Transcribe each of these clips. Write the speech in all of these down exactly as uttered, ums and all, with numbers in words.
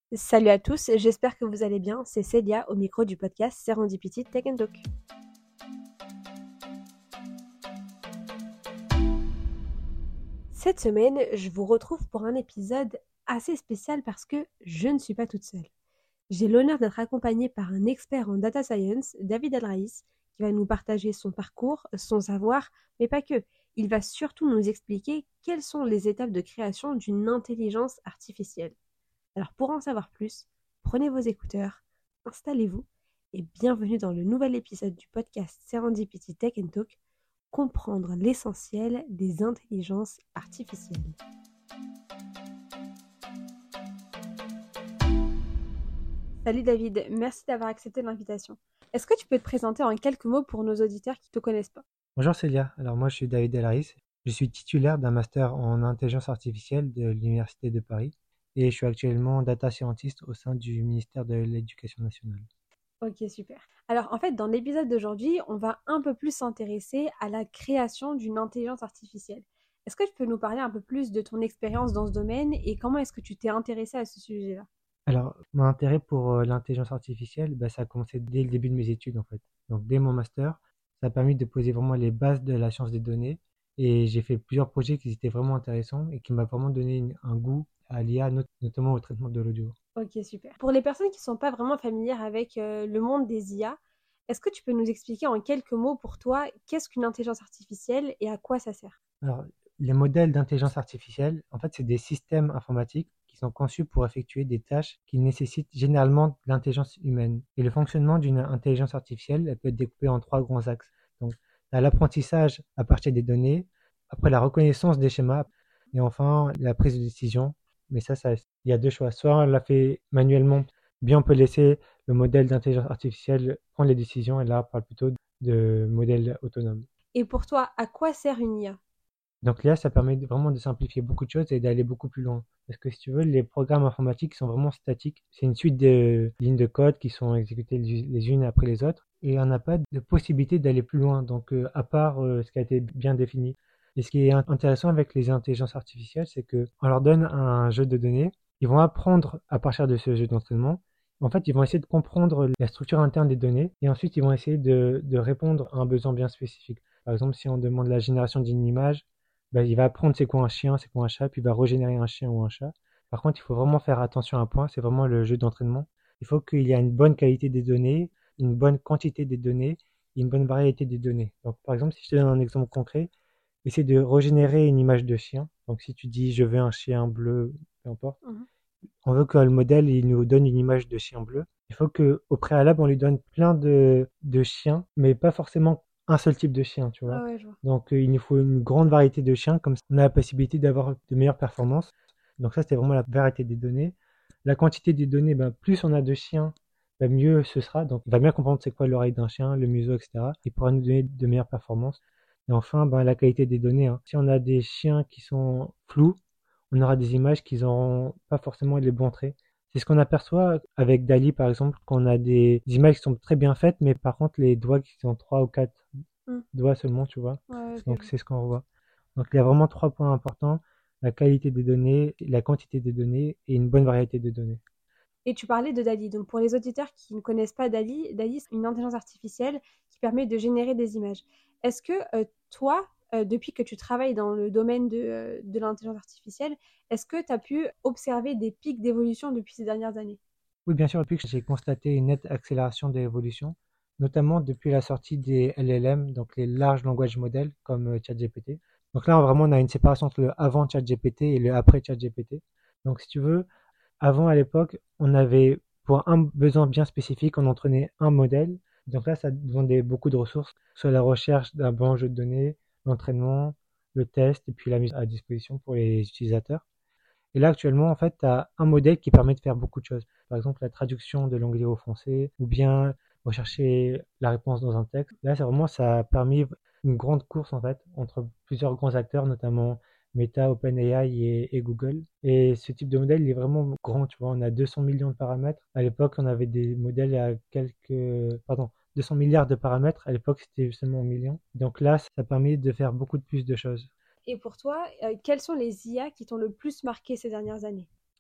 Salut à tous, j'espère que vous allez bien. C'est Célia au micro du podcast Serendipity Tech and Talk. Cette semaine, je vous retrouve pour un épisode assez spécial parce que je ne suis pas toute seule. J'ai l'honneur d'être accompagnée par un expert en data science, David Elraïs, qui va nous partager son parcours, son savoir, mais pas que. Il va surtout nous expliquer quelles sont les étapes de création d'une intelligence artificielle. Alors pour en savoir plus, prenez vos écouteurs, installez-vous et bienvenue dans le nouvel épisode du podcast Serendipity Tech and Talk, comprendre l'essentiel des intelligences artificielles. Salut David, merci d'avoir accepté l'invitation. Est-ce que tu peux te présenter en quelques mots pour nos auditeurs qui ne te connaissent pas? Bonjour Célia, alors moi je suis David Elharis, je suis titulaire d'un master en intelligence artificielle de l'Université de Paris et je suis actuellement data scientist au sein du ministère de l'Éducation nationale. Ok, super. Alors en fait, dans l'épisode d'aujourd'hui, on va un peu plus s'intéresser à la création d'une intelligence artificielle. Est-ce que tu peux nous parler un peu plus de ton expérience dans ce domaine et comment est-ce que tu t'es intéressé à ce sujet-là? Alors mon intérêt pour euh, l'intelligence artificielle, bah, ça a commencé dès le début de mes études en fait. Donc dès mon master, ça a permis de poser vraiment les bases de la science des données et j'ai fait plusieurs projets qui étaient vraiment intéressants et qui m'ont vraiment donné une- un goût à l'I A, not- notamment au traitement de l'audio. Ok, super. Pour les personnes qui ne sont pas vraiment familières avec euh, le monde des I A, est-ce que tu peux nous expliquer en quelques mots pour toi qu'est-ce qu'une intelligence artificielle et à quoi ça sert? Alors, les modèles d'intelligence artificielle, en fait, c'est des systèmes informatiques qui sont conçus pour effectuer des tâches qui nécessitent généralement de l'intelligence humaine. Et le fonctionnement d'une intelligence artificielle, elle peut être découpée en trois grands axes. Donc, tu as l'apprentissage à partir des données, après la reconnaissance des schémas, et enfin la prise de décision. Mais ça, ça, il y a deux choix. Soit on l'a fait manuellement, bien on peut laisser le modèle d'intelligence artificielle prendre les décisions, et là, on parle plutôt de modèle autonome. Et pour toi, à quoi sert une I A? Donc l'I A, ça permet de- vraiment de simplifier beaucoup de choses et d'aller beaucoup plus loin. Parce que si tu veux, les programmes informatiques sont vraiment statiques. C'est une suite de lignes de code qui sont exécutées les les unes après les autres. Et on n'a pas de possibilité d'aller plus loin, donc euh, à part euh, ce qui a été bien défini. Et ce qui est int- intéressant avec les intelligences artificielles, c'est que on leur donne un jeu de données, ils vont apprendre à partir de ce jeu d'entraînement. En fait, ils vont essayer de comprendre la structure interne des données et ensuite ils vont essayer de, de répondre à un besoin bien spécifique. Par exemple, si on demande la génération d'une image, bah, il va apprendre c'est quoi un chien, c'est quoi un chat, puis il va régénérer un chien ou un chat. Par contre, il faut vraiment faire attention à un point, c'est vraiment le jeu d'entraînement. Il faut qu'il y ait une bonne qualité des données, une bonne quantité des données et une bonne variété des données. Donc, par exemple, si je te donne un exemple concret, essaie de régénérer une image de chien. Donc, si tu dis je veux un chien bleu, peu importe, Mhm. on veut que le modèle il nous donne une image de chien bleu. Il faut que au préalable on lui donne plein de, de chiens, mais pas forcément un seul type de chien, tu Ah vois. ouais, je vois. Donc euh, il nous faut une grande variété de chiens, comme ça on a la possibilité d'avoir de meilleures performances. Donc ça c'était vraiment la variété des données. La quantité des données, ben, plus on a de chiens, ben, mieux ce sera. Donc il va bien comprendre c'est quoi l'oreille d'un chien, le museau, et cetera. Il pourra nous donner de meilleures performances. Et enfin, ben, la qualité des données, hein. Si on a des chiens qui sont flous, on aura des images qui n'auront pas forcément les bons traits. C'est ce qu'on aperçoit avec Dali, par exemple, qu'on a des images qui sont très bien faites, mais par contre, les doigts qui sont trois ou quatre Hmm. doigts seulement, tu vois. Ouais, ok, je Donc, vois. c'est ce qu'on revoit. Donc, il y a vraiment trois points importants, la qualité des données, la quantité des données et une bonne variété de données. Et tu parlais de Dali. Donc pour les auditeurs qui ne connaissent pas Dali, Dali, c'est une intelligence artificielle qui permet de générer des images. Est-ce que euh, toi, euh, depuis que tu travailles dans le domaine de, euh, de l'intelligence artificielle, est-ce que tu as pu observer des pics d'évolution depuis ces dernières années? Oui, bien sûr, depuis que j'ai constaté une nette accélération de l'évolution, notamment depuis la sortie des L L M, donc les Large Language Models, comme euh, ChatGPT. Donc là, vraiment, on a une séparation entre le avant ChatGPT et le après ChatGPT. Donc, si tu veux, avant, à l'époque, on avait, pour un besoin bien spécifique, on entraînait un modèle. Donc là, ça demandait beaucoup de ressources, soit la recherche d'un bon jeu de données, l'entraînement, le test, et puis la mise à disposition pour les utilisateurs. Et là, actuellement, en fait, tu as un modèle qui permet de faire beaucoup de choses. Par exemple, la traduction de l'anglais au français, ou bien rechercher la réponse dans un texte. Là, c'est vraiment, ça a permis une grande course, en fait, entre plusieurs grands acteurs, notamment Meta, OpenAI et, et Google. Et ce type de modèle, il est vraiment grand, tu vois. On a deux cents millions de paramètres. À l'époque, on avait des modèles à quelques, pardon, deux cents milliards de paramètres. À l'époque, c'était seulement un million. Donc là, ça a permis de faire beaucoup de plus de choses. Et pour toi, euh, quelles sont les I A qui t'ont le plus marqué ces dernières années?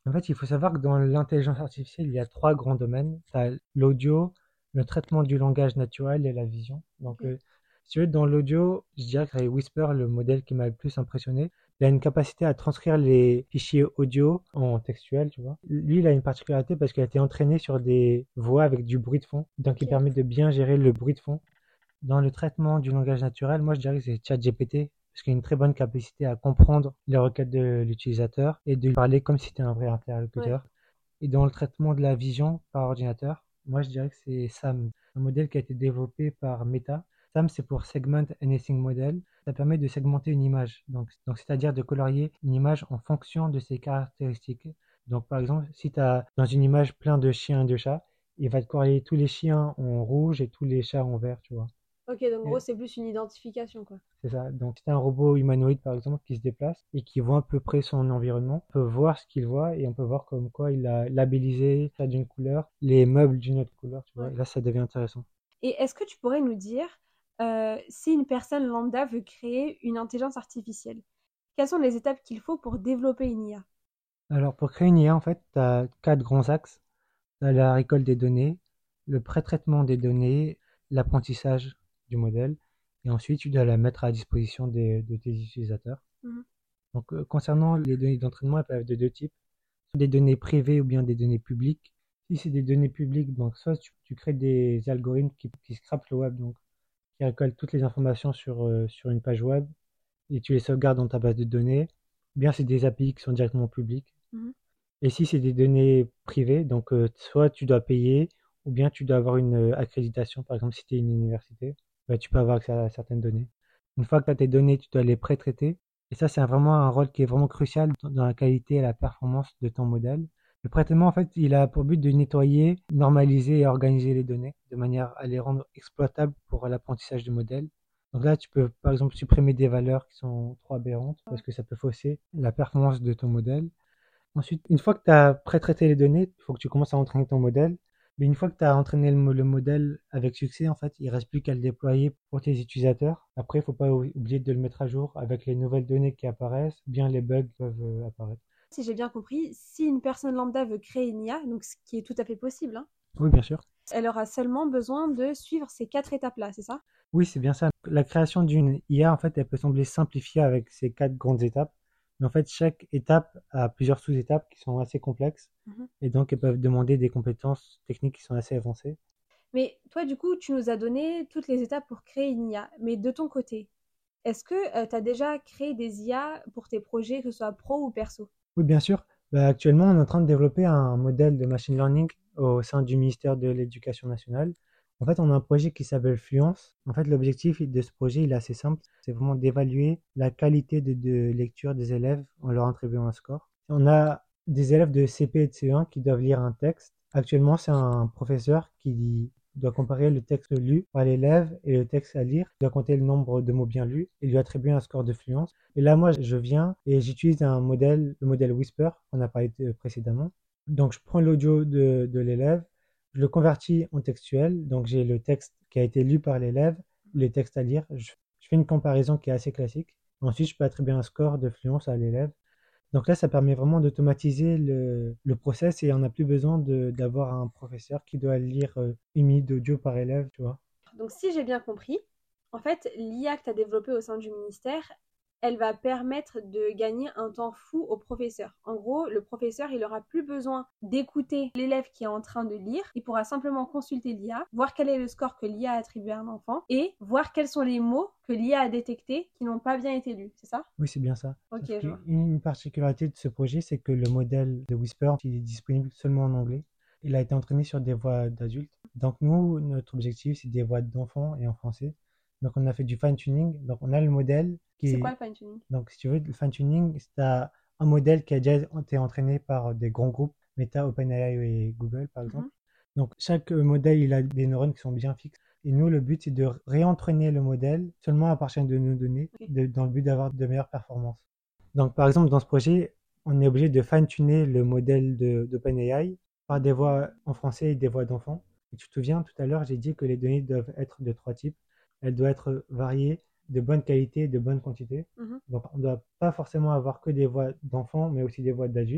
En fait, il faut savoir que dans l'intelligence artificielle, il y a trois grands domaines. Tu as l'audio, le traitement du langage naturel et la vision. Donc, Ok. euh, si tu veux, dans l'audio, je dirais que c'est Whisper, le modèle qui m'a le plus impressionné. Il a une capacité à transcrire les fichiers audio en textuel, tu vois. Lui, il a une particularité parce qu'il a été entraîné sur des voix avec du bruit de fond. Donc, il Ok. permet de bien gérer le bruit de fond. Dans le traitement du langage naturel, moi, je dirais que c'est ChatGPT parce qu'il a une très bonne capacité à comprendre les requêtes de l'utilisateur et de lui parler comme si c'était un vrai Ouais. interlocuteur. Et dans le traitement de la vision par ordinateur, moi je dirais que c'est SAM, un modèle qui a été développé par Meta. SAM, c'est pour Segment Anything Model. Ça permet de segmenter une image, donc, donc c'est-à-dire de colorier une image en fonction de ses caractéristiques. Donc par exemple, si tu as dans une image plein de chiens et de chats, il va te colorier tous les chiens en rouge et tous les chats en vert, tu vois. Ok, donc en gros, Et c'est plus une identification, quoi. c'est ça. Donc, c'est un robot humanoïde, par exemple, qui se déplace et qui voit à peu près son environnement. On peut voir ce qu'il voit et on peut voir comme quoi il a labellisé ça d'une couleur, les meubles d'une autre couleur, tu vois. Ouais. Et là, ça devient intéressant. Et est-ce que tu pourrais nous dire euh, si une personne lambda veut créer une intelligence artificielle, quelles sont les étapes qu'il faut pour développer une I A? Alors, pour créer une I A, en fait, tu as quatre grands axes. Tu as la récolte des données, le pré-traitement des données, l'apprentissage du modèle, et ensuite, tu dois la mettre à disposition des- de tes utilisateurs. Mhm. Donc, euh, concernant les données d'entraînement, elles peuvent être de deux types. Soit des données privées ou bien des données publiques. Si c'est des données publiques, donc soit tu, tu crées des algorithmes qui, qui scrapent le web, donc qui récoltent toutes les informations sur, euh, sur une page web et tu les sauvegardes dans ta base de données. Ou bien c'est des A P I qui sont directement publiques. Mhm. Et si c'est des données privées, donc euh, soit tu dois payer ou bien tu dois avoir une euh, accréditation, par exemple si tu es une université, bah, tu peux avoir accès à certaines données. Une fois que tu as tes données, tu dois les pré-traiter. Et ça, c'est un- vraiment un rôle qui est vraiment crucial dans dans la qualité et la performance de ton modèle. Le pré-traitement, en fait, il a pour but de nettoyer, normaliser et organiser les données de manière à les rendre exploitables pour l'apprentissage du modèle. Donc là, tu peux par exemple supprimer des valeurs qui sont trop aberrantes parce que ça peut fausser la performance de ton modèle. Ensuite, une fois que tu as pré-traité les données, il faut que tu commences à entraîner ton modèle. Mais une fois que tu as entraîné le, mo- le modèle avec succès, en fait, il reste plus qu'à le déployer pour tes utilisateurs. Après, il faut pas ou- oublier de le mettre à jour avec les nouvelles données qui apparaissent, ou bien les bugs peuvent euh, apparaître. Si j'ai bien compris, si une personne lambda veut créer une I A, donc ce qui est tout à fait possible, hein, Oui, bien sûr. elle aura seulement besoin de suivre ces quatre étapes-là, c'est ça? Oui, c'est bien ça. La création d'une I A, en fait, elle peut sembler simplifiée avec ces quatre grandes étapes. Mais en fait, chaque étape a plusieurs sous-étapes qui sont assez complexes. Mhm. Et donc, elles peuvent demander des compétences techniques qui sont assez avancées. Mais toi, du coup, tu nous as donné toutes les étapes pour créer une I A. Mais de ton côté, est-ce que tu as déjà créé des I A pour tes projets, que ce soit pro ou perso? Oui, bien sûr. Bah, actuellement, on est en train de développer un modèle de machine learning au sein du ministère de l'Éducation nationale. En fait, on a un projet qui s'appelle Fluence. En fait, l'objectif de ce projet, il est assez simple. C'est vraiment d'évaluer la qualité de, de lecture des élèves en leur attribuant un score. On a des élèves de C P et de C E un qui doivent lire un texte. Actuellement, c'est un professeur qui doit comparer le texte lu par l'élève et le texte à lire. Il doit compter le nombre de mots bien lus et lui attribuer un score de fluence. Et là, moi, je viens et j'utilise un modèle, le modèle Whisper, qu'on a parlé de- précédemment. Donc, je prends l'audio de, de l'élève, je le convertis en textuel. Donc, j'ai le texte qui a été lu par l'élève, les textes à lire. Je, je fais une comparaison qui est assez classique. Ensuite, je peux attribuer un score de fluence à l'élève. Donc là, ça permet vraiment d'automatiser le, le process et on n'a plus besoin de- d'avoir un professeur qui doit lire euh, une minute d'audio par élève, tu vois. Donc, si j'ai bien compris, en fait, l'I A que tu as développée au sein du ministère, elle va permettre de gagner un temps fou au professeur. En gros, le professeur, il aura plus besoin d'écouter l'élève qui est en train de lire. Il pourra simplement consulter l'I A, voir quel est le score que l'I A a attribué à un enfant et voir quels sont les mots que l'I A a détectés qui n'ont pas bien été lus. C'est ça? Oui, c'est bien ça. Ok, Sauf je vois. qu'une particularité de ce projet, c'est que le modèle de Whisper, il est disponible seulement en anglais. Il a été entraîné sur des voix d'adultes. Donc nous, notre objectif, c'est des voix d'enfants et en français. Donc on a fait du fine-tuning. Donc on a le modèle qui C'est quoi est... le fine-tuning? Donc si tu veux, le fine-tuning, c'est un un modèle qui a déjà été entraîné par des grands groupes, Meta, OpenAI et Google, par Mhm. exemple. Donc chaque euh, modèle, il a des neurones qui sont bien fixes. Et nous, le but, c'est de réentraîner le modèle seulement à partir de nos données, Ok. de- dans le but d'avoir de meilleures performances. Donc, par exemple, dans ce projet, on est obligé de fine-tuner le modèle de- d'OpenAI par des voix en français et des voix d'enfants. Et tu te souviens, tout à l'heure, j'ai dit que les données doivent être de trois types. Elles doivent être variées, de bonne qualité et de bonne quantité. Mhm. Donc, on ne doit pas forcément avoir que des voix d'enfants, mais aussi des voix d'adultes.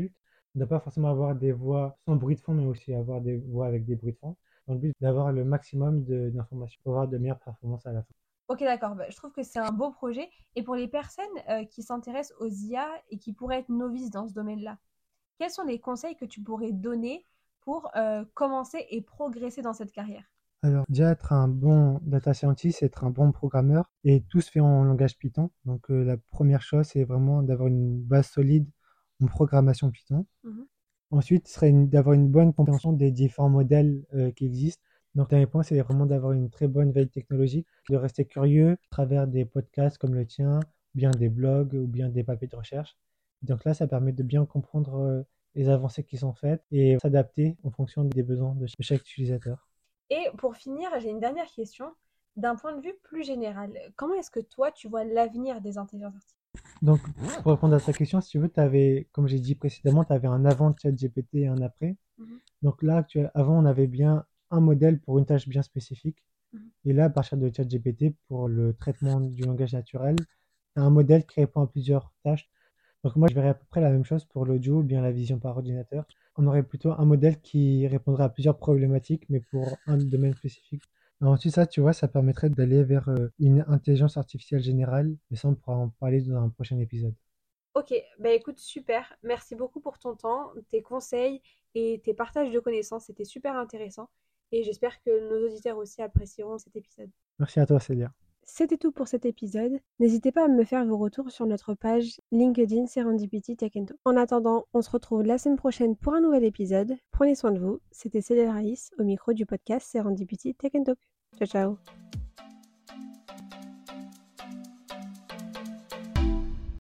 On ne doit pas forcément avoir des voix sans bruit de fond, mais aussi avoir des voix avec des bruits de fond, dans le but d'avoir le maximum de- d'informations pour avoir de meilleures performances à la fin. Ok, d'accord. Bah, je trouve que c'est un beau projet. Et pour les personnes euh, qui s'intéressent aux I A et qui pourraient être novices dans ce domaine-là, quels sont les conseils que tu pourrais donner pour euh, commencer et progresser dans cette carrière? Alors, déjà, être un bon data scientist, c'est être un bon programmeur, et tout se fait en langage Python. Donc, euh, la première chose, c'est vraiment d'avoir une base solide en programmation Python. Mhm. Ensuite, ce serait une- d'avoir une bonne compréhension des différents modèles euh, qui existent. Donc, dernier point, c'est vraiment d'avoir une très bonne veille technologique, de rester curieux à travers des podcasts comme le tien, ou bien des blogs, ou bien des papiers de recherche. Donc là, ça permet de bien comprendre euh, les avancées qui sont faites et s'adapter en fonction des besoins de ch- de chaque utilisateur. Et pour finir, j'ai une dernière question. D'un point de vue plus général, comment est-ce que toi, tu vois l'avenir des intelligences artificielles? Donc, pour répondre à ta question, si tu veux, tu avais, comme j'ai dit précédemment, tu avais un avant ChatGPT et un après. Mhm, Donc là, actuel- avant, on avait bien un modèle pour une tâche bien spécifique. mhm. Et là, à partir de ChatGPT, pour le traitement du langage naturel, tu as un modèle qui répond à plusieurs tâches. Donc moi, je verrais à peu près la même chose pour l'audio ou bien la vision par ordinateur. On aurait plutôt un modèle qui répondrait à plusieurs problématiques, mais pour un domaine spécifique. Alors, ensuite, ça, tu vois, ça permettrait d'aller vers euh, une intelligence artificielle générale, mais ça, on pourra en parler dans un prochain épisode. Ok, bah écoute, super. Merci beaucoup pour ton temps, tes conseils et tes partages de connaissances. C'était super intéressant. Et j'espère que nos auditeurs aussi apprécieront cet épisode. Merci à toi, Célia. C'était tout pour cet épisode. N'hésitez pas à me faire vos retours sur notre page LinkedIn Serendipity Tech and Talk. En attendant, on se retrouve la semaine prochaine pour un nouvel épisode. Prenez soin de vous. C'était Célia Raïs au micro du podcast Serendipity Tech and Talk. Ciao ciao.